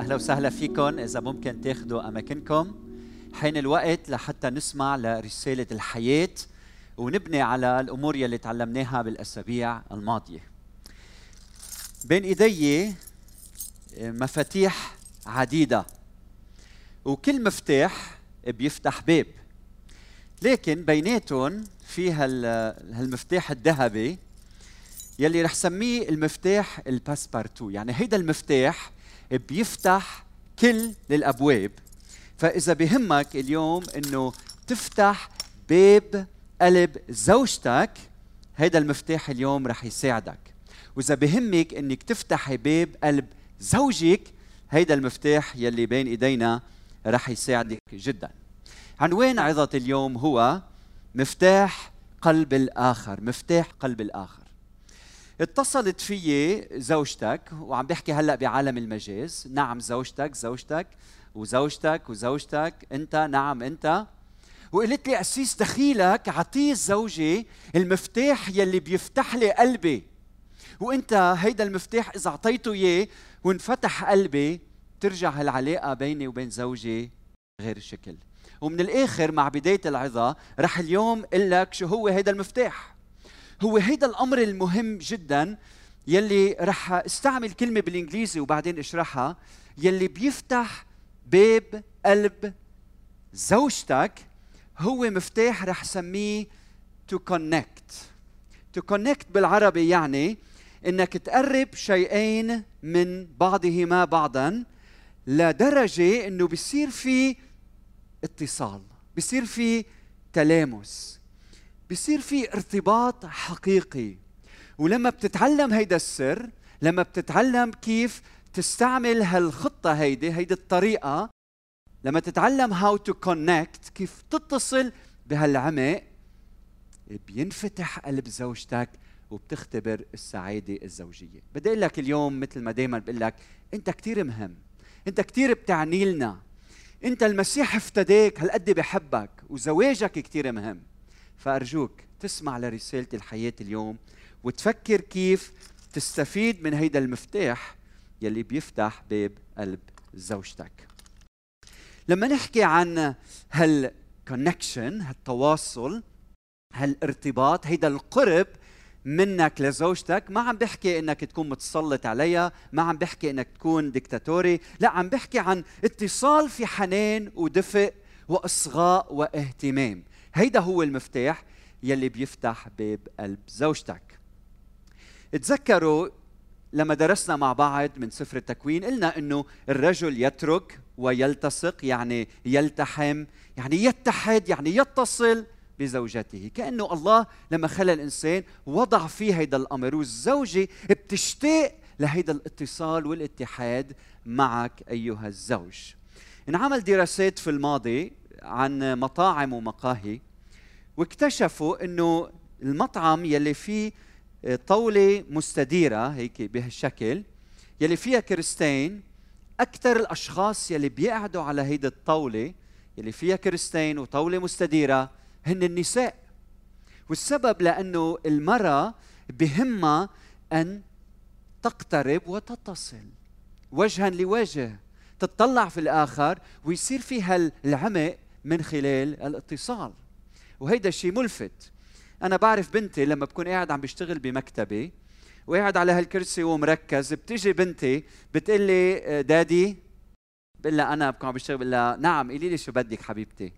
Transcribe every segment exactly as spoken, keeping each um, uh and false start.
أهلا وسهلا فيكم. إذا ممكن تاخذوا أماكنكم، حين الوقت لحتى نسمع لرسالة الحياة ونبني على الأمور يلي تعلمناها بالأسابيع الماضية. بين إيدي مفاتيح عديدة، وكل مفتاح بيفتح باب، لكن بيناتهم في هالمفتاح الذهبي يلي رح سميه المفتاح الباسبارتو. يعني هيدا المفتاح بيفتح كل الابواب. فاذا بهمك اليوم انه تفتح باب قلب زوجتك، هيدا المفتاح اليوم رح يساعدك. واذا بهمك انك تفتحي باب قلب زوجك، هيدا المفتاح يلي بين ايدينا رح يساعدك جدا. عنوان عظة اليوم هو مفتاح قلب الآخر. مفتاح قلب الآخر. اتصلت فيي زوجتك، وعم بحكي هلأ بعالم المجاز. نعم زوجتك زوجتك وزوجتك وزوجتك، انت نعم انت. وقلت لي أسيس دخيلك عطيه زوجي المفتاح يلي بيفتح لي قلبي، وانت هيدا المفتاح اذا اعطيته اياه وانفتح قلبي ترجع هالعلاقة بيني وبين زوجي غير شكل. ومن الآخر مع بداية العظة رح اليوم قل لك شو هو هيدا المفتاح. هو هيدا الأمر المهم جدا يلي رح استعمل كلمة بالإنجليزي وبعدين اشرحها، يلي بيفتح باب قلب زوجتك. هو مفتاح رح سميه to connect. to connect بالعربي يعني إنك تقرب شيئين من بعضهما بعضا لدرجة إنه بيصير في اتصال، بيصير في تلامس، بيصير في ارتباط حقيقي. ولما بتتعلم هيدا السر، لما بتتعلم كيف تستعمل هالخطة هيدي هيدي الطريقة، لما تتعلم how to connect، كيف تتصل بهالعمق، بينفتح قلب زوجتك وبتختبر السعادة الزوجية. بدي أقول لك اليوم مثل ما دايما بقول لك، أنت كتير مهم، أنت كتير بتعني لنا، أنت المسيح افتداك هالقد بحبك، وزواجك كتير مهم. فأرجوك تسمع لرسالة الحياة اليوم وتفكر كيف تستفيد من هيدا المفتاح يلي بيفتح باب قلب زوجتك. لما نحكي عن هالكونكشن، هالتواصل، هالارتباط، هيدا القرب منك لزوجتك، ما عم بحكي انك تكون متسلط عليها، ما عم بحكي انك تكون ديكتاتوري، لا، عم بحكي عن اتصال في حنان ودفء واصغاء واهتمام. هيدا هو المفتاح يلي بيفتح باب قلب زوجتك. تذكروا لما درسنا مع بعض من سفر التكوين قلنا انه الرجل يترك ويلتصق، يعني يلتحم، يعني يتحد، يعني يتصل بزوجته. كأنه الله لما خلق الإنسان وضع فيه هيدا الأمر، والزوجة بتشتاق لهيدا الاتصال والاتحاد معك أيها الزوج. انعمل دراسات في الماضي عن مطاعم ومقاهي، واكتشفوا انه المطعم يلي فيه طاولة مستديرة هيك بهالشكل، يلي فيها كرستين، أكثر الأشخاص يلي بيقعدوا على هيدا الطاولة يلي فيها كرستين وطاولة مستديرة هن النساء. والسبب لأنه المرأة بهمها أن تقترب وتتصل وجها لوجه، تتطلع في الآخر ويصير فيها العمق من خلال الاتصال. وهيدا الشيء ملفت. أنا بعرف بنتي لما بكون قاعد عم بشتغل بمكتبي وقاعد على هالكرسي ومركز، بتيجي بنتي بتقول لي دادي، بقول لها أنا بكون عم بشتغل، بقول لها نعم قولي لي شو بدك حبيبتي.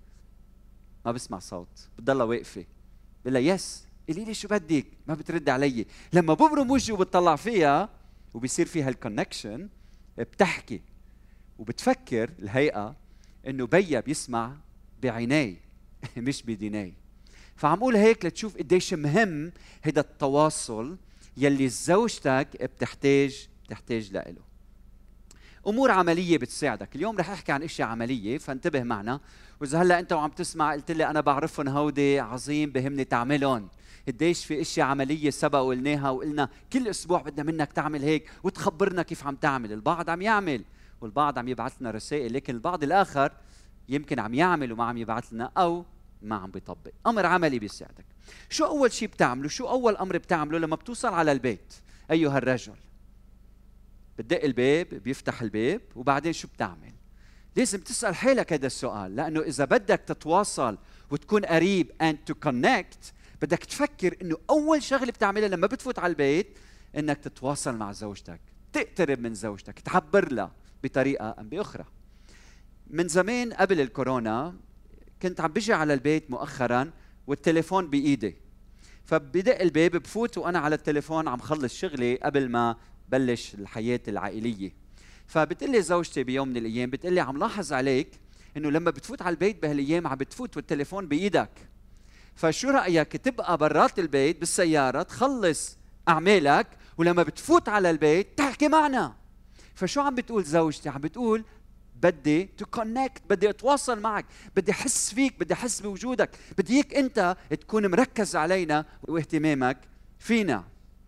ما بسمع صوت، بتضلها واقفة. بقول لها يس قولي لي شو بدك، ما بترد علي. لما ببرم وجهي وبتطلع فيها وبيصير فيها الكونكشن، بتحكي وبتفكر الهيئة إنه بيا بيسمع بعيني مش بديني. فعم اقول هيك لتشوف قديش مهم هيدا التواصل يلي زوجتك بتحتاج بتحتاج له. امور عمليه بتساعدك. اليوم رح احكي عن اشياء عمليه، فانتبه معنا. واذا هلا انت وعم تسمع قلت لي انا بعرفهم هودي عظيم بهمني تعملهم، قديش في اشياء عمليه سبق وقلناها، وقلنا كل اسبوع بدنا منك تعمل هيك وتخبرنا كيف عم تعمل. البعض عم يعمل والبعض عم يبعث لنا رسائل، لكن البعض الاخر يمكن عم يعمل وما عم يبعث لنا او ما عم بيطبق. امر عملي بيساعدك. شو اول شيء بتعمله؟ شو اول امر بتعمله لما بتوصل على البيت ايها الرجل؟ بتدق الباب، بيفتح الباب، وبعدين شو بتعمل؟ لازم تسأل حالك هذا السؤال، لأنه إذا بدك تتواصل وتكون قريب and to connect، بدك تفكر إنه أول شغلة بتعملها لما بتفوت على البيت إنك تتواصل مع زوجتك، تقترب من زوجتك، تعبر لها بطريقة أم بأخرى. من زمان قبل الكورونا كنت عم بيجي على البيت مؤخراً والتليفون بإيدي، فبدق الباب بفوت وأنا على التليفون عم خلص شغلي قبل ما بلش الحياة العائلية. فبتقلي زوجتي بيوم من الأيام، بتقلي عم لاحظ عليك إنه لما بتفوت على البيت بهالأيام عم بتفوت والتليفون بإيدك، فشو رأيك تبقى برات البيت بالسيارة تخلص أعمالك ولما بتفوت على البيت تحكي معنا؟ فشو عم بتقول زوجتي؟ عم بتقول بدي تو كونكت، بدي اتواصل معك، بدي احس فيك، بدي احس بوجودك، بدي اياك انت تكون مركز علينا واهتمامك فينا.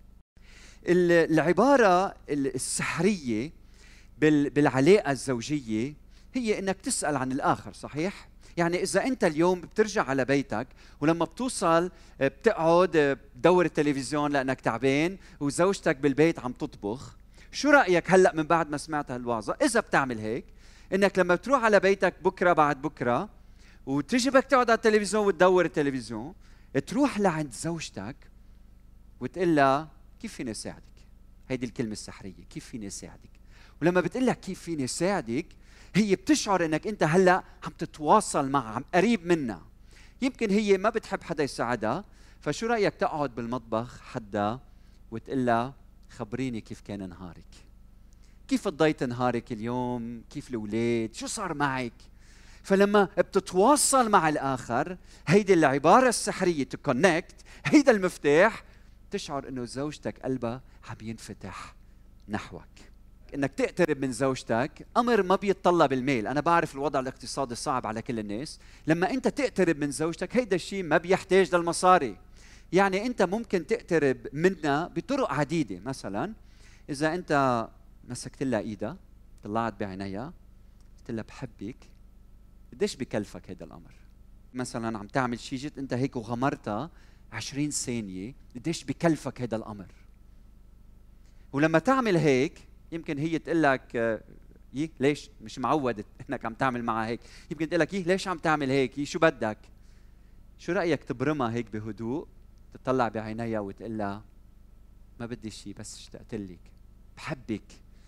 العبارة السحرية بالعلاقة الزوجية هي انك تسأل عن الآخر، صحيح؟ يعني إذا أنت اليوم بترجع على بيتك ولما بتوصل بتقعد تدور التلفزيون لأنك تعبان وزوجتك بالبيت عم تطبخ، شو رأيك هلأ من بعد ما سمعت هالوعظة إذا بتعمل هيك، إنك لما بتروح على بيتك بكرة بعد بكرة وتجي بدك تقعد على التلفزيون وتدور التلفزيون، تروح لعند زوجتك وتقول لها كيف فيني أساعدك؟ هيدي الكلمة السحرية، كيف فيني أساعدك؟ ولما بتقول لك كيف فيني أساعدك، هي بتشعر انك انت هلا عم تتواصل معها، عم قريب منها. يمكن هي ما بتحب حدا يساعدها، فشو رايك تقعد بالمطبخ حدا وتقول لها خبريني كيف كان نهارك؟ كيف قضيت نهارك اليوم؟ كيف الاولاد؟ شو صار معك؟ فلما بتتواصل مع الاخر، هيدي العباره السحريه تو كونكت، هيدا المفتاح، تشعر انه زوجتك قلبها عم ينفتح نحوك. انك تقترب من زوجتك امر ما بيتطلب المال، انا بعرف الوضع الاقتصادي صعب على كل الناس، لما انت تقترب من زوجتك هيدا الشيء ما بيحتاج للمصاري. يعني انت ممكن تقترب منها بطرق عديده، مثلا اذا انت مسكت لها ايدها، طلعت بعينيها، قلت لها بحبك، قديش بكلفك هذا الامر؟ مثلا عم تعمل شيء جيت انت هيك وغمرتها عشرين ثانيه، قديش بكلفك هذا الامر؟ ولما تعمل هيك يمكن هي تقول لك يي ليش مش معودة انك عم تعمل معها هيك، يمكن تقول لك يي ليش عم تعمل هيك، يي شو بدك؟ شو رأيك تبرمها هيك بهدوء، تطلع بعينيها وتقول لها ما بدي شيء بس اشتقت لك، بحبك،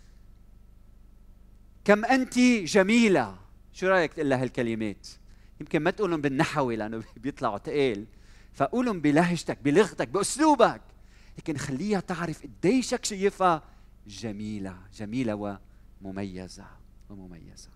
كم أنت جميلة. شو رأيك تقول لها هالكلمات؟ يمكن ما تقولهم بالنحوي لأنه بيطلعوا تقيل، فقولهم بلهجتك، بلغتك، بأسلوبك، لكن خليها تعرف قديشك شايفها جميلة، جميلة ومميزة ومميزة.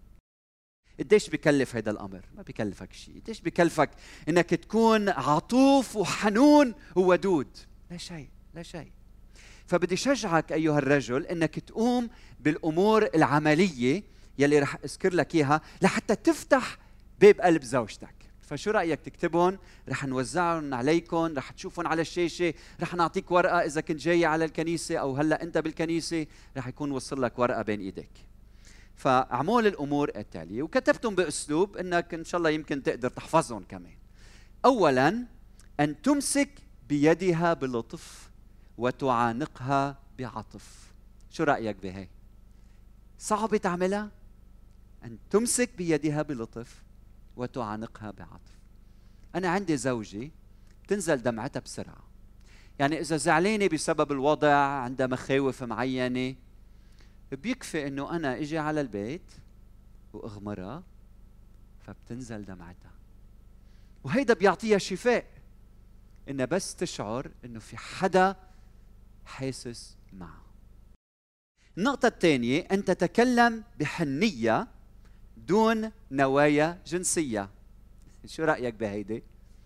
قديش بكلف هذا الأمر؟ ما بكلفك شيء. قديش بكلفك إنك تكون عطوف وحنون وودود؟ لا شيء، لا شيء. فبدي شجعك أيها الرجل إنك تقوم بالأمور العملية يلي رح أذكر لك إياها لحتى تفتح باب قلب زوجتك. فشو رأيك تكتبهم؟ رح نوزعهم عليكم، رح تشوفهم على الشاشة، رح نعطيك ورقة إذا كنت جاي على الكنيسة أو هلأ أنت بالكنيسة، رح يكون وصل لك ورقة بين إيديك. فأعمل الأمور التالية وكتبتهم بأسلوب إنك إن شاء الله يمكن تقدر تحفظهم كمان. أولاً أن تمسك بيدها بلطف وتعانقها بعطف. شو رأيك بهي؟ صعب تعملها؟ أن تمسك بيدها بلطف وتعانقها بعطف. أنا عندي زوجي تنزل دمعتها بسرعة، يعني إذا زعلانة بسبب الوضع، عندها مخاوف معينة، بيكفي إنه أنا إجي على البيت وأغمرها فبتنزل دمعتها، وهيدا بيعطيها شفاء، إنها بس تشعر إنه في حدا حاسس معها. النقطة الثانية أن تتكلم بحنية دون نوايا جنسية. شو رأيك بهيدي؟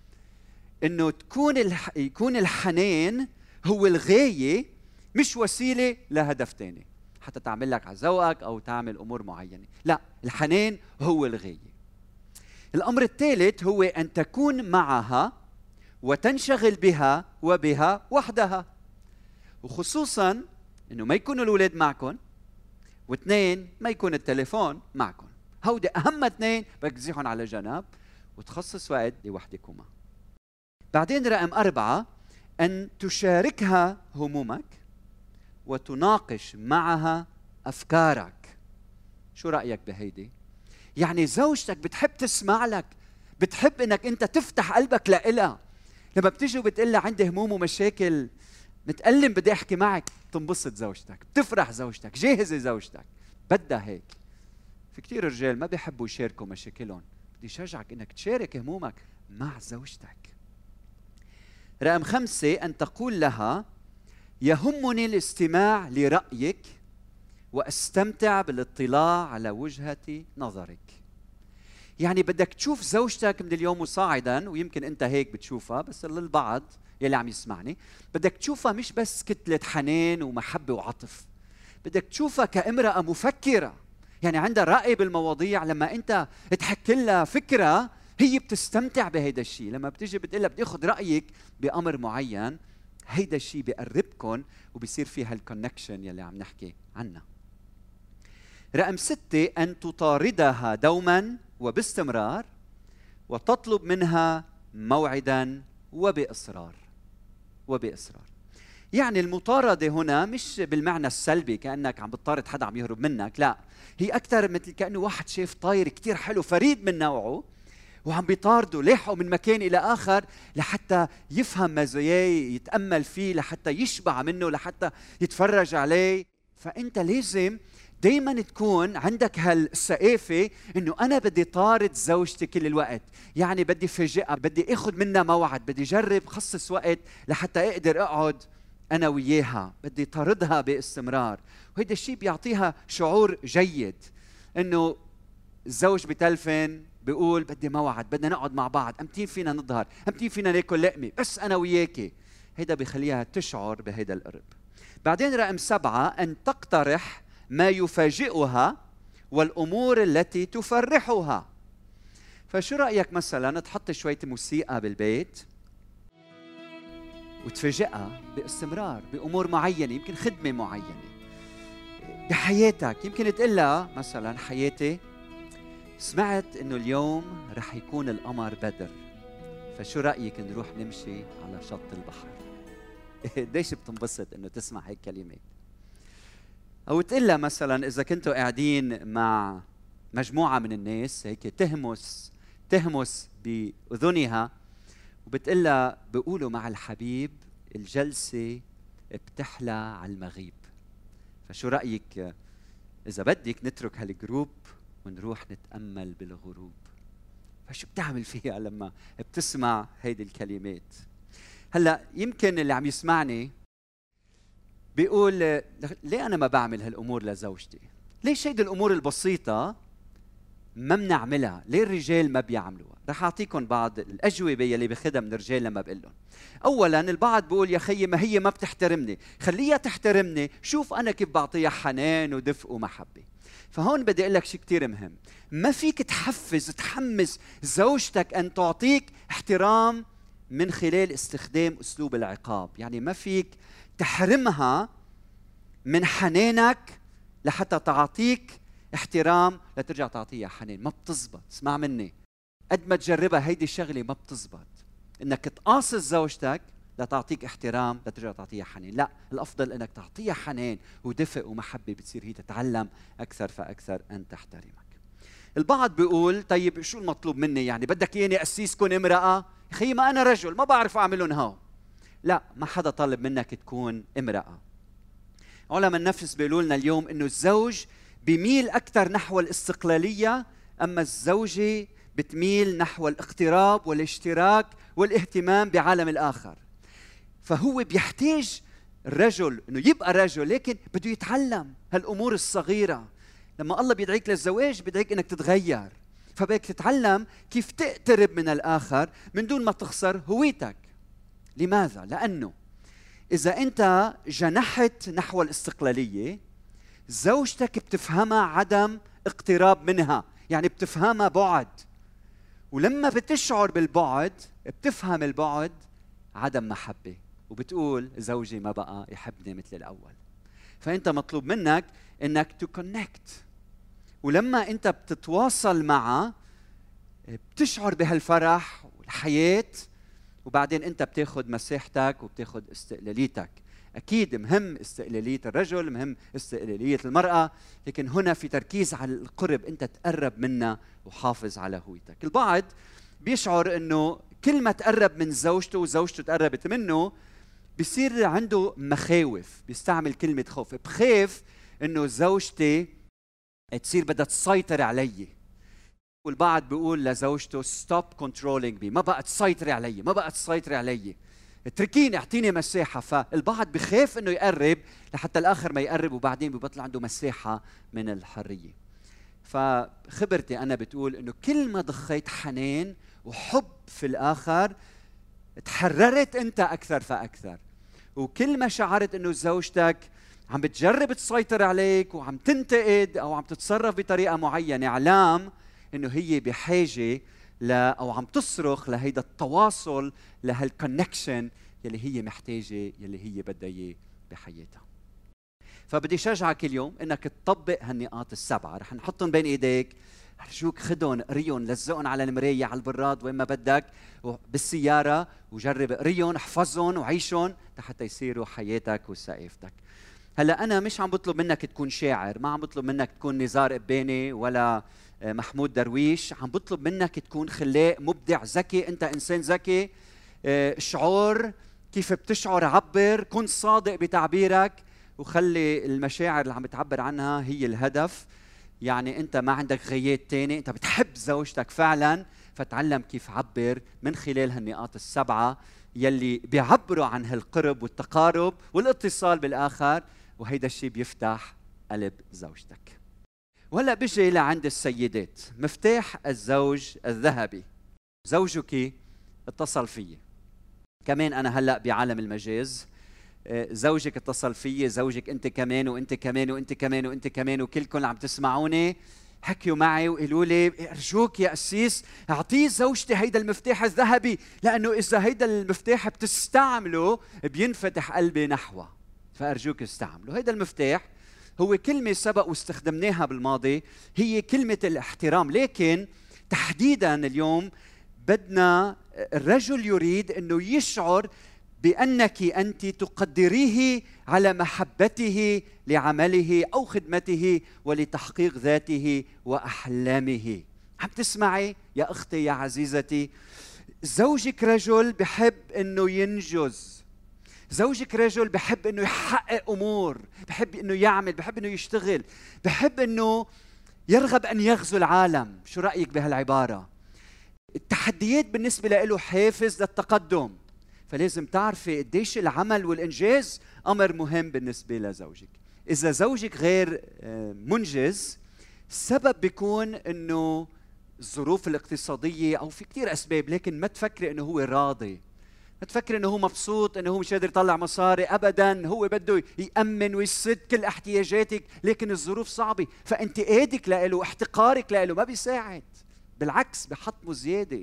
إنه تكون الح... يكون الحنان هو الغاية مش وسيلة لهدف تاني حتى تعمل لك على ذوقك أو تعمل أمور معينة، لا، الحنان هو الغاية. الأمر الثالث هو أن تكون معها وتنشغل بها وبها وحدها، وخصوصاً إنه ما يكونوا الأولاد معكم، واثنين ما يكون التليفون معكم. هودي أهم اثنين بدك تزيحهم على جنب وتخصص وقت لوحدكما. بعدين رقم أربعة أن تشاركها همومك وتناقش معها أفكارك. شو رأيك بهيدي؟ يعني زوجتك بتحب تسمع لك، بتحب انك انت تفتح قلبك لإلها. لما بتيجي وبتقول لها عندي هموم ومشاكل، متألم بدي احكي معك، تنبسط زوجتك، بتفرح زوجتك، جاهزة زوجتك، بدها هيك. في كتير رجال ما بيحبوا يشاركوا مشاكلهم، بدي شجعك انك تشارك همومك مع زوجتك. رقم خمسة، أن تقول لها يهمني الاستماع لرأيك واستمتع بالاطلاع على وجهة نظرك. يعني بدك تشوف زوجتك من اليوم وصاعدا، ويمكن انت هيك بتشوفها، بس للبعض يلي عم يسمعني بدك تشوفها مش بس كتلة حنان ومحبة وعطف، بدك تشوفها كامرأة مفكرة، يعني عندها رأي بالمواضيع. لما انت تحكي لها فكرة هي بتستمتع بهيدا الشيء. لما بتيجي بتقول لها بدي اخذ رأيك بأمر معين، هيدا الشيء بيقربكم وبيصير فيها الكونكشن يلي عم نحكي عنها. رقم ستة، أن تطاردها دوما وباستمرار وتطلب منها موعدا وبإصرار. وبإصرار يعني المطاردة هنا مش بالمعنى السلبي كأنك عم بتطارد حدا عم يهرب منك، لا، هي أكثر مثل كأنه واحد شاف طاير كتير حلو فريد من نوعه وعم بيطارده، لاحقه من مكان إلى آخر لحتى يفهم مزاياه، يتأمل فيه، لحتى يشبع منه، لحتى يتفرج عليه. فأنت لازم دايما تكون عندك هالثقافة انه انا بدي طارد زوجتي كل الوقت، يعني بدي فاجئها، بدي اخذ منها موعد، بدي جرب خصص وقت لحتى اقدر اقعد انا وياها، بدي طاردها باستمرار. وهذا الشيء بيعطيها شعور جيد انه الزوج بتلفن بيقول بدي موعد، بدنا نقعد مع بعض، امتين فينا نظهر، امتين فينا ناكل لقمه بس انا وياكي. هيدا بيخليها تشعر بهيدا القرب. بعدين رقم سبعة، ان تقترح ما يفاجئها والأمور التي تفرحها. فشو رأيك مثلا تحط شوية موسيقى بالبيت وتفاجئها باستمرار بأمور معينة، يمكن خدمة معينة بحياتك. يمكن تقول لها مثلا حياتي سمعت إنه اليوم رح يكون القمر بدر، فشو رأيك نروح نمشي على شط البحر؟ قديش بتنبسط إنه تسمع هيك كلمات. أو تقول لها مثلا إذا كنتوا قاعدين مع مجموعة من الناس هيك تهمس تهمس بأذنها وبتقول لها بيقولوا مع الحبيب الجلسة بتحلى على المغيب، فشو رأيك إذا بدك نترك هالجروب ونروح نتأمل بالغروب؟ فشو بتعمل فيها لما بتسمع هيدي الكلمات؟ هلأ يمكن اللي عم يسمعني بيقول ليه أنا ما بعمل هالأمور لزوجتي؟ ليش هيدي الأمور البسيطة ما بنعملها؟ ليه الرجال ما بيعملوها؟ رح أعطيكم بعض الأجوبة يلي باخدها من الرجال لما بقول لهم. أولاً البعض بيقول يا خيي ما هي ما بتحترمني، خليها تحترمني، شوف أنا كيف بعطيها حنان ودفء ومحبة. فهون بدي أقول لك شيء كتير مهم، ما فيك تحفز تحمس زوجتك أن تعطيك احترام من خلال استخدام أسلوب العقاب. يعني ما فيك تحرمها من حنانك لحتى تعطيك احترام لترجع تعطيها حنان، ما بتزبط. اسمع مني، قد ما تجربها هيدي الشغله ما بتزبط انك تقاصص زوجتك لتعطيك احترام لترجع تعطيها حنان، لا، الافضل انك تعطيها حنان ودفء ومحبه، بتصير هي تتعلم اكثر فاكثر ان تحترمك. البعض بيقول طيب شو المطلوب مني؟ يعني بدك اياني اسيس كون امراه؟ اخي ما انا رجل ما بعرف اعملهم هاو. لا، ما حدا طالب منك تكون امراه. علماء النفس بيقولوا لنا اليوم انه الزوج بيميل اكثر نحو الاستقلاليه، اما الزوجه بتميل نحو الاقتراب والاشتراك والاهتمام بعالم الاخر. فهو بيحتاج الرجل انه يبقى رجل، لكن بده يتعلم هالامور الصغيره. لما الله بيدعيك للزواج بيدعيك انك تتغير، فبدك تتعلم كيف تقترب من الاخر من دون ما تخسر هويتك. لماذا؟ لانه اذا انت جنحت نحو الاستقلاليه، زوجتك بتفهمها عدم اقتراب منها، يعني بتفهمها بعد، ولما بتشعر بالبعد بتفهم البعد عدم محبه، وبتقول زوجي ما بقى يحبني مثل الاول. فانت مطلوب منك انك تو كونكت، ولما انت بتتواصل معها بتشعر بهالفرح والحياه، وبعدين انت بتاخذ مساحتك وبتاخذ استقلاليتك. أكيد مهم استقلالية الرجل، مهم استقلالية المرأة، لكن هنا في تركيز على القرب، أنت تقرب منها وحافظ على هويتك. البعض بيشعر أنه كل ما تقرب من زوجته وزوجته تقربت منه بيصير عنده مخاوف، بيستعمل كلمة خوف. بخاف أنه زوجتي تصير بدها تسيطر علي، والبعض بيقول لزوجته ستوب كنترولينج مي، ما بقى تسيطري علي، ما بقى تسيطري علي، اتركيني، اعطيني مساحه. فالبعض بخاف انه يقرب لحتى الاخر ما يقرب، وبعدين ببطل عنده مساحه من الحريه. فخبرتي انا بتقول انه كل ما ضخيت حنان وحب في الاخر تحررت انت اكثر فاكثر، وكل ما شعرت انه زوجتك عم بتجرب تسيطر عليك وعم تنتقد او عم تتصرف بطريقه معينه، علام انه هي بحاجه ل او عم تصرخ لهيدا التواصل، لهالكونكشن يلي هي محتاجه، يلي هي بدها اياه بحياتها. فبدي شجعك اليوم انك تطبق هالنقاط السبعه، رح نحطهم بين ايديك، ارجوك خدهم قريهم، لزقهم على المرايه، على البراد، وين ما بدك، بالسياره، وجرب قريهم، احفظهم وعيشهم لحتى يصيروا حياتك وثقافتك. هلا انا مش عم بطلب منك تكون شاعر، ما عم بطلب منك تكون نزار قباني ولا محمود درويش، عم بطلب منك تكون خلاق مبدع ذكي، انت انسان ذكي، شعور كيف بتشعر، عبر، كن صادق بتعبيرك، وخلي المشاعر اللي عم بتعبر عنها هي الهدف. يعني انت ما عندك غايات تاني، انت بتحب زوجتك فعلا، فتعلم كيف عبر من خلال هالنقاط السبعه يلي بيعبروا عن هالقرب والتقارب والاتصال بالاخر، وهيدا الشيء بيفتح قلب زوجتك. وهلا بيجي لعند السيدات، مفتاح الزوج الذهبي. زوجك اتصل فيي، كمان انا هلا بعالم المجاز، زوجك اتصل فيي، زوجك انت كمان وانت كمان وانت كمان وانت كمان، وكلكم عم تسمعوني حكيوا معي وقالوا لي ارجوك يا قسيس اعطيه زوجتي هيدا المفتاح الذهبي، لانه اذا هيدا المفتاح بتستعمله بينفتح قلبي نحوه، فارجوك استعمله. هيدا المفتاح هو كلمة سبق واستخدمناها بالماضي، هي كلمة الاحترام، لكن تحديداً اليوم بدنا الرجل يريد أنه يشعر بأنك أنت تقدريه على محبته لعمله أو خدمته ولتحقيق ذاته وأحلامه. عم تسمعي يا أختي يا عزيزتي؟ زوجك رجل بحب أنه ينجز، زوجك رجل بحب انه يحقق امور، بحب انه يعمل، بحب انه يشتغل، بحب انه يرغب ان يغزو العالم. شو رايك بهالعباره؟ التحديات بالنسبه له حافز للتقدم، فلازم تعرفي قديش العمل والانجاز امر مهم بالنسبه لزوجك. اذا زوجك غير منجز، السبب بيكون انه الظروف الاقتصاديه او في كثير اسباب، لكن ما تفكري انه هو راضي، ما تفكر انه هو مبسوط، انه هو مش قادر يطلع مصاري، ابدا، هو بده يامن ويسد كل احتياجاتك، لكن الظروف صعبه، فانتقادك له واحتقارك له ما بيساعد، بالعكس بحطمه زياده.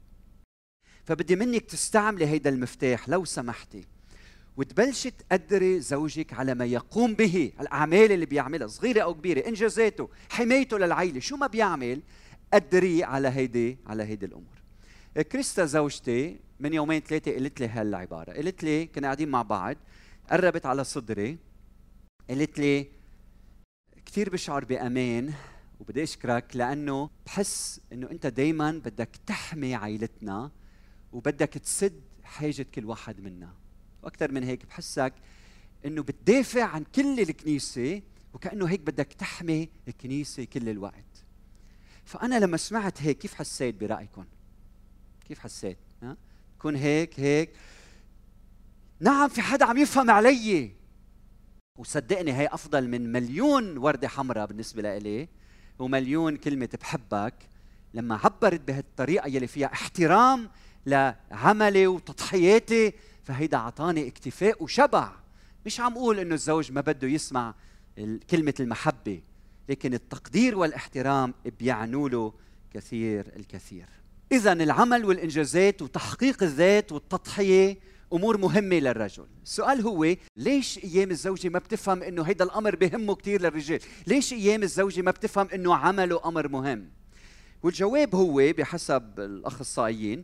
فبدي منك تستعملي هيدا المفتاح لو سمحتي، وتبلشي تقدري زوجك على ما يقوم به، الاعمال اللي بيعملها صغيره او كبيره، انجازاته، حمايته للعائله، شو ما بيعمل قدريه على هيدي على هيدي الامور. كريستا زوجتي من يومين ثلاثة قالت لي هالعبارة، قالت لي كنا قاعدين مع بعض، قربت على صدري، قالت لي كثير بشعر بأمان وبدي أشكرك لأنه بحس إنه أنت دايماً بدك تحمي عائلتنا وبدك تسد حاجة كل واحد منا، وأكثر من هيك بحسك إنه بتدافع عن كل الكنيسة وكأنه هيك بدك تحمي الكنيسة كل الوقت. فأنا لما سمعت هيك كيف حسيت برأيكم؟ كيف حسيت؟ ها؟ كون هيك هيك نعم في حدا عم يفهم علي، وصدقني هي أفضل من مليون وردة حمراء بالنسبة لإلي ومليون كلمة بحبك. لما عبرت بهالطريقة يلي فيها احترام لعملي وتضحياتي، فهيدا عطاني اكتفاء وشبع. مش عم أقول إنه الزوج ما بده يسمع كلمة المحبة، لكن التقدير والاحترام بيعنوا له كثير الكثير. إذا العمل والإنجازات وتحقيق الذات والتضحية أمور مهمة للرجل. السؤال هو ليش أيام الزوجة ما بتفهم إنه هيدا الأمر بهمه كتير للرجال؟ ليش أيام الزوجة ما بتفهم إنه عمله أمر مهم؟ والجواب هو بحسب الأخصائيين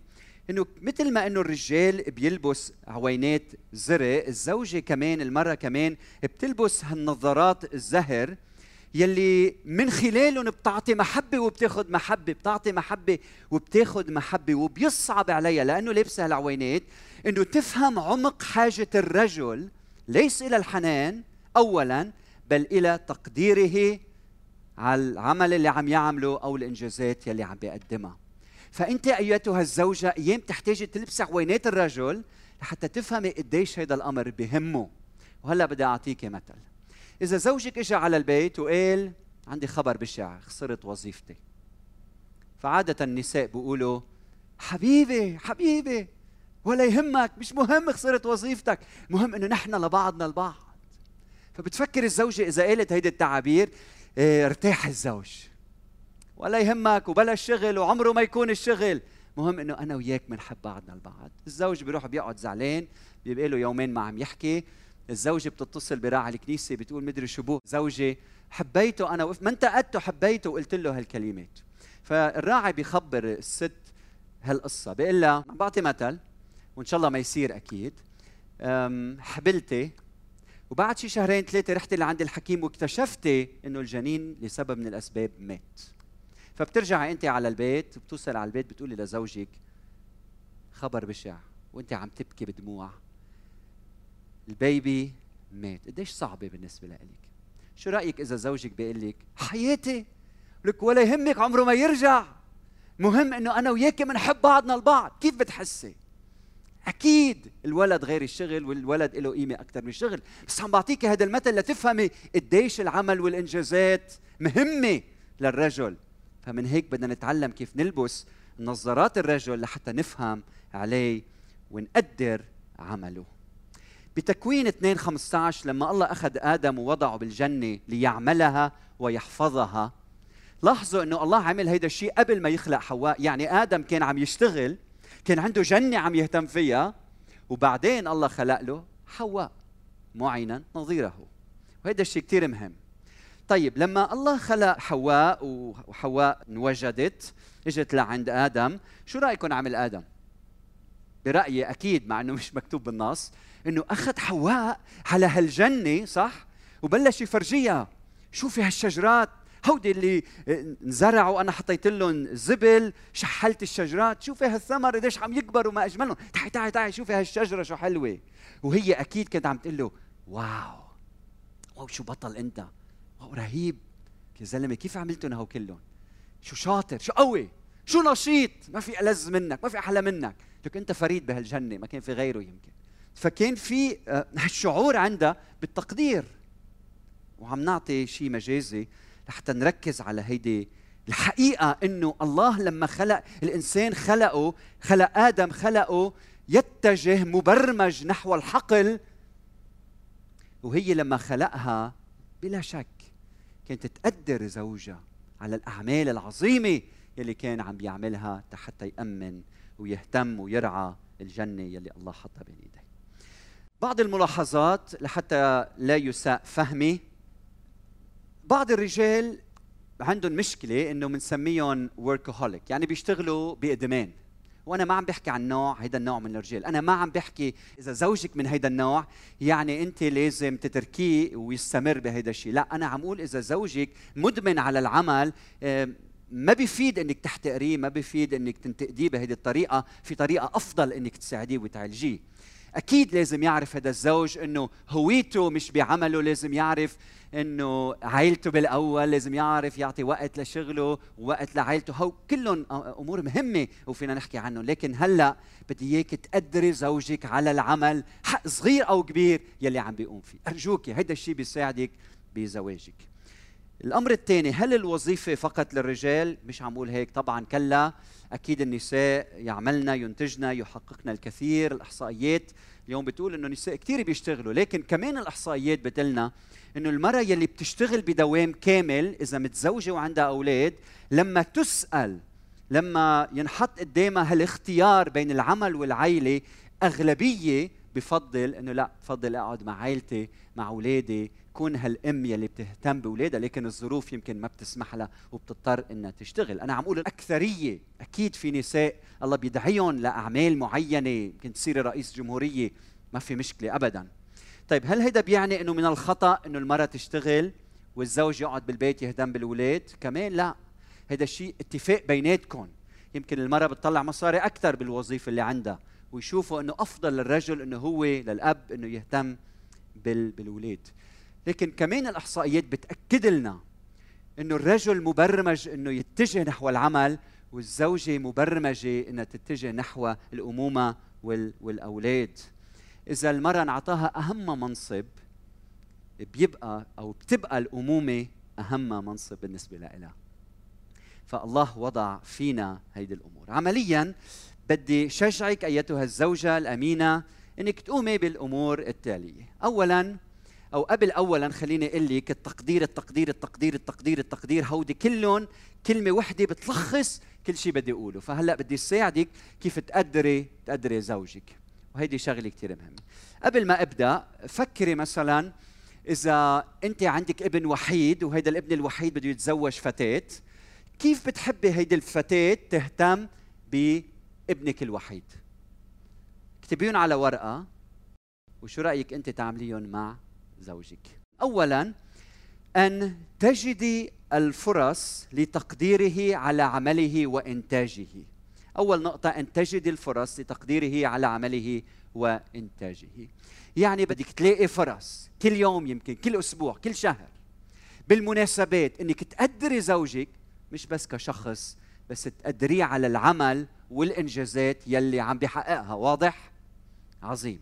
انه مثل ما انه الرجال بيلبس عوينات زرق، الزوجه كمان المراه كمان بتلبس هالنظارات الزهر يلي من خلالهم بتعطي محبه وبتاخذ محبه، بتعطي محبه وبتاخذ محبه، وبيصعب عليها لانه لابسه هالعوينات انه تفهم عمق حاجه الرجل ليس الى الحنان اولا، بل الى تقديره على العمل اللي عم يعمله او الانجازات يلي عم بيقدمها. فانت ايتها الزوجه ايام تحتاجي تلبسي عوينات الرجل لحتى تفهمي قديش هذا الامر بهمه. وهلا بدي اعطيك مثل. اذا زوجك اجى على البيت وقال عندي خبر بشع، خسرت وظيفتي، فعاده النساء بيقولوا حبيبي حبيبي ولا يهمك، مش مهم خسرت وظيفتك، مهم انه نحن لبعضنا البعض. فبتفكر الزوجه اذا قالت هيدي التعابير اه ارتاح الزوج، ولا يهمك وبلا الشغل وعمره ما يكون الشغل، مهم انه انا وياك بنحب بعضنا البعض. الزوج بيروح بيقعد زعلان، بيبقى له يومين ما عم يحكي. الزوجه بتتصل براعي الكنيسه بتقول مدري شو بو زوجي حبيته انا وقف ما انتقدته حبيته وقلت له هالكلمات. فالراعي بيخبر الست هالقصه، بيقول لها بعطي مثل وان شاء الله ما يصير اكيد، حبلتي وبعد شي شهرين ثلاثه رحتي لعند الحكيم واكتشفتي انه الجنين لسبب من الاسباب مات. فبترجعي انت على البيت، بتوصل على البيت بتقولي لزوجك خبر بشع وانت عم تبكي بدموع، البيبي مات. قديش صعبه بالنسبه لك؟ شو رايك اذا زوجك بيقول لك حياتي لك ولا يهمك عمره ما يرجع، مهم انه انا وياك بنحب بعضنا البعض؟ كيف بتحسي؟ اكيد الولد غير الشغل، والولد له قيمه اكثر من الشغل، بس عم بعطيك هذا المثل لتفهمي قديش العمل والانجازات مهمه للرجل. فمن هيك بدنا نتعلم كيف نلبس نظارات الرجل لحتى نفهم عليه ونقدر عمله. بتكوين اثنين خمسة عشر لما الله أخذ آدم ووضعه بالجنة ليعملها ويحفظها، لاحظوا أنه الله عمل هيدا الشيء قبل ما يخلق حواء. يعني آدم كان عم يشتغل، كان عنده جنة عم يهتم فيها، وبعدين الله خلق له حواء معينا نظيره، وهذا الشيء كتير مهم. طيب لما الله خلق حواء وحواء انوجدت اجت لعند آدم، شو رأيكم عمل آدم؟ برأيي أكيد مع أنه مش مكتوب بالنص أنه أخذ حواء على هالجنة صح؟ وبلش يفرجيها شوفي هالشجرات هودي اللي انزرعوا أنا حطيت لهم زبل، شحلت الشجرات، شوفي هالثمر قديش عم يكبروا ما أجملهم، تعي تعي تعي شوفي هالشجرة شو حلوة. وهي أكيد كانت عم تقول له واو واو شو بطل أنت، واو رهيب يا زلمة، كيف عملتهم هو كلهم؟ شو شاطر، شو قوي، شو نشيط، ما في ألذ منك، ما في أحلى منك، لك أنت فريد بهالجنة ما كان في غيره يمكن. فكان في هالشعور عندها بالتقدير. وعم نعطي شيء مجازي لحتى نركز على هيدي الحقيقة، إنه الله لما خلق الإنسان خلقه، خلق آدم خلقه يتجه مبرمج نحو الحقل، وهي لما خلقها بلا شك كانت تقدر زوجها على الأعمال العظيمة يلي كان عم بيعملها حتى يأمن ويهتم ويرعى الجنة يلي الله حطها بين ايديه. بعض الملاحظات لحتى لا يساء فهمي، بعض الرجال عندهم مشكلة انه بنسميهم workaholic، يعني بيشتغلوا بإدمان. وانا ما عم بحكي عن نوع هيدا النوع من الرجال، انا ما عم بحكي اذا زوجك من هيدا النوع يعني انت لازم تتركيه ويستمر بهيدا الشيء، لا انا عم اقول اذا زوجك مدمن على العمل ما بيفيد انك تحتقريه، ما بيفيد انك تنتقديه بهيدي الطريقه، في طريقه افضل انك تساعديه وتعالجيه. اكيد لازم يعرف هذا الزوج انه هويته مش بعمله، لازم يعرف انه عائلته بالاول، لازم يعرف يعطي وقت لشغله ووقت لعائلته، هو كلهم امور مهمه وفينا نحكي عنهم. لكن هلا بدي اياك تقدري زوجك على العمل، حق صغير او كبير يلي عم بيقوم فيه، ارجوكي هيدا الشيء بيساعدك بزواجك. الامر الثاني، هل الوظيفه فقط للرجال؟ مش عم اقول هيك طبعا، كلا، اكيد النساء يعملن ينتجن يحققن الكثير. الاحصائيات اليوم بتقول انه النساء كثير بيشتغلوا، لكن كمان الاحصائيات بتقلنا انه المراه يلي بتشتغل بدوام كامل اذا متزوجه وعندها اولاد، لما تسال، لما ينحط قدامها هالاختيار بين العمل والعائله، اغلبيه بفضل انه لا، بفضل اقعد مع عائلتي، مع اولادي، كون هالام يلي بتهتم باولادها، لكن الظروف يمكن ما بتسمح لها وبتضطر انها تشتغل. انا عم اقول الاكثريه، اكيد في نساء الله بيدعيهم لاعمال معينه، يمكن تصيري رئيس جمهوريه، ما في مشكله ابدا. طيب هل هيدا بيعني انه من الخطا انه المراه تشتغل والزوج يقعد بالبيت يهتم بالاولاد؟ كمان لا، هذا الشيء اتفاق بيناتكم. يمكن المراه بتطلع مصاري اكثر بالوظيفه اللي عندها، ويشوفوا انه افضل للرجل انه هو للاب انه يهتم بالاولاد. لكن كمان الاحصائيات بتاكد لنا انه الرجل مبرمج انه يتجه نحو العمل، والزوجه مبرمجه انها تتجه نحو الامومه والاولاد. اذا المراه انعطاها اهم منصب، بيبقى او بتبقى الامومه اهم منصب بالنسبه لها. فالله وضع فينا هيدي الامور. عمليا بدي شجعك ايتها الزوجه الامينه انك تقومي بالامور التاليه. اولا او قبل اولا خليني اقول لك التقدير التقدير التقدير التقدير التقدير، هودي كلهم كلمه وحده بتلخص كل شيء بدي اقوله. فهلا بدي ساعدك كيف تقدري تقدري زوجك، وهيدي شغله كثير مهمه. قبل ما ابدا فكري مثلا اذا انت عندك ابن وحيد وهيدا الابن الوحيد بده يتزوج فتاه، كيف بتحبي هيدي الفتاه تهتم بابنك الوحيد؟ اكتبيهم على ورقه، وشو رايك انت تعمليهم مع زوجك؟ اولا ان تجدي الفرص لتقديره على عمله وانتاجه. اول نقطه ان تجدي الفرص لتقديره على عمله وانتاجه. يعني بدك تلاقي فرص كل يوم، يمكن كل اسبوع، كل شهر، بالمناسبات، انك تقدري زوجك مش بس كشخص، بس تقدريه على العمل والانجازات يلي عم بيحققها. واضح؟ عظيم.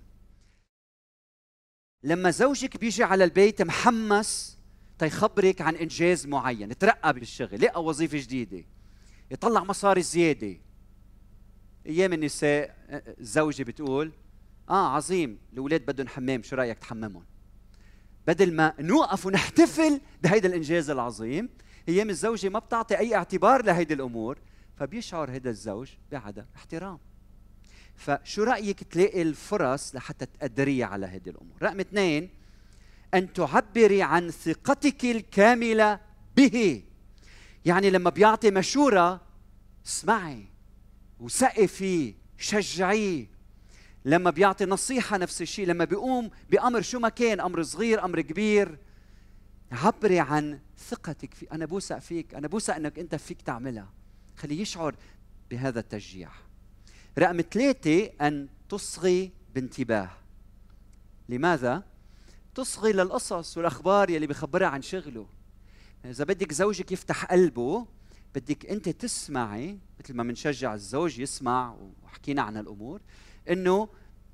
لما زوجك بيجي على البيت محمس تيخبرك عن انجاز معين، ترقى بالشغل، لقى وظيفه جديده، يطلع مصاري زياده. ايام النساء الزوجه بتقول اه عظيم، الاولاد بدهم حمام، شو رايك تحممهم؟ بدل ما نوقف ونحتفل بهيدا الانجاز العظيم، ايام الزوجه ما بتعطي اي اعتبار لهيدي الامور، فبيشعر هذا الزوج بعدم احترام. فشو رايك تلاقي الفرص لحتى تقدريه على هذه الامور؟ رقم اثنين، ان تعبري عن ثقتك الكامله به. يعني لما بيعطي مشوره اسمعي وثقي فيه، شجعيه. لما بيعطي نصيحه نفس الشيء. لما بيقوم بامر شو ما كان، امر صغير امر كبير، عبري عن ثقتك فيه. انا بوثق فيك، انا بوثق انك انت فيك تعملها. خليه يشعر بهذا التشجيع. رقم ثلاثة، أن تصغي بانتباه. لماذا؟ تصغي للقصص والأخبار يلي بخبرها عن شغله. إذا بدك زوجك يفتح قلبه، بدك أنت تسمعي، مثل ما منشجع الزوج يسمع، وحكينا عن الأمور، إنه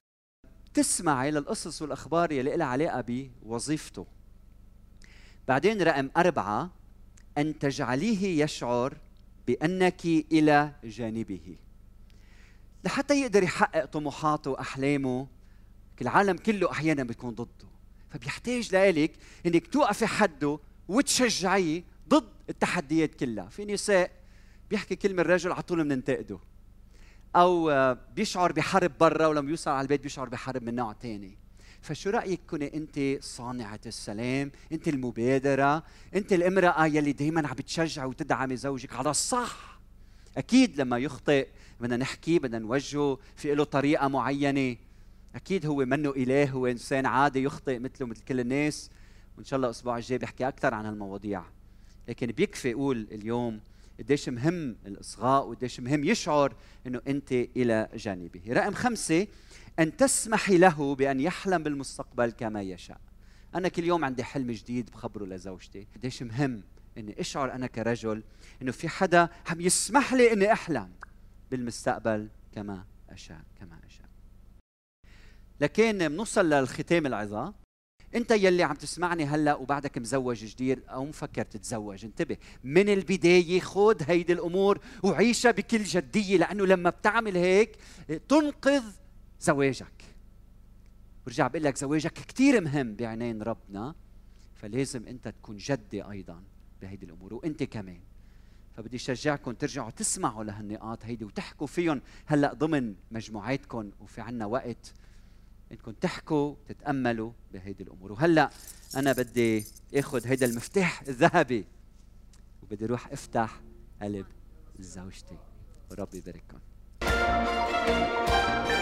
تسمعي للقصص والأخبار يلي لها علاقة بوظيفته. بعدين رقم أربعة، أن تجعليه يشعر بأنك إلى جانبه، لحتى يقدر يحقق طموحاته وأحلامه. العالم كله أحيانا بيكون ضده، فبيحتاج لإلك إنك توقفي حده وتشجعيه ضد التحديات كلها. في نساء بيحكي كلمة الرجل على طول بننتقده، أو بيشعر بحرب برا، ولما يوصل على البيت بيشعر بحرب من نوع تاني. فشو رأيك كوني أنت صانعة السلام، أنت المبادرة، أنت الامرأة يلي دايما عم بتشجع وتدعمي زوجك على الصح. أكيد لما يخطئ بدنا نحكي، بدنا نوجهه، في له طريقة معينة. أكيد هو منه إله، هو إنسان عادي يخطئ مثله مثل كل الناس، وإن شاء الله الأسبوع الجاي بحكي أكثر عن هالمواضيع. لكن بيكفي أقول اليوم قديش مهم الإصغاء، وقديش مهم يشعر إنه أنت إلى جانبه. رقم خمسة، أن تسمحي له بأن يحلم بالمستقبل كما يشاء. أنا كل يوم عندي حلم جديد بخبره لزوجتي. قديش مهم إني أشعر أنا كرجل إنه في حدا عم يسمح لي إني أحلم بالمستقبل كما أشاء كما أشاء. لكن بنوصل للختام العظة. أنت يلي عم تسمعني هلأ وبعدك مزوج جديد أو مفكر تتزوج، انتبه من البداية، خذ هيدي الأمور وعيشها بكل جدية، لأنه لما بتعمل هيك تنقذ زواجك. برجع بقول لك زواجك كتير مهم بعينين ربنا، فلازم أنت تكون جدي أيضا بهيدي الأمور، وأنت كمان. فبدي شجعكم ترجعوا تسمعوا لهالنقاط هيدي وتحكوا فيهم هلأ ضمن مجموعاتكم، وفي عنا وقت انكم تحكوا تتاملوا بهيدي الامور. وهلا انا بدي اخذ هيدا المفتاح الذهبي وبدي اروح افتح قلب زوجتي، وربي يبارككم.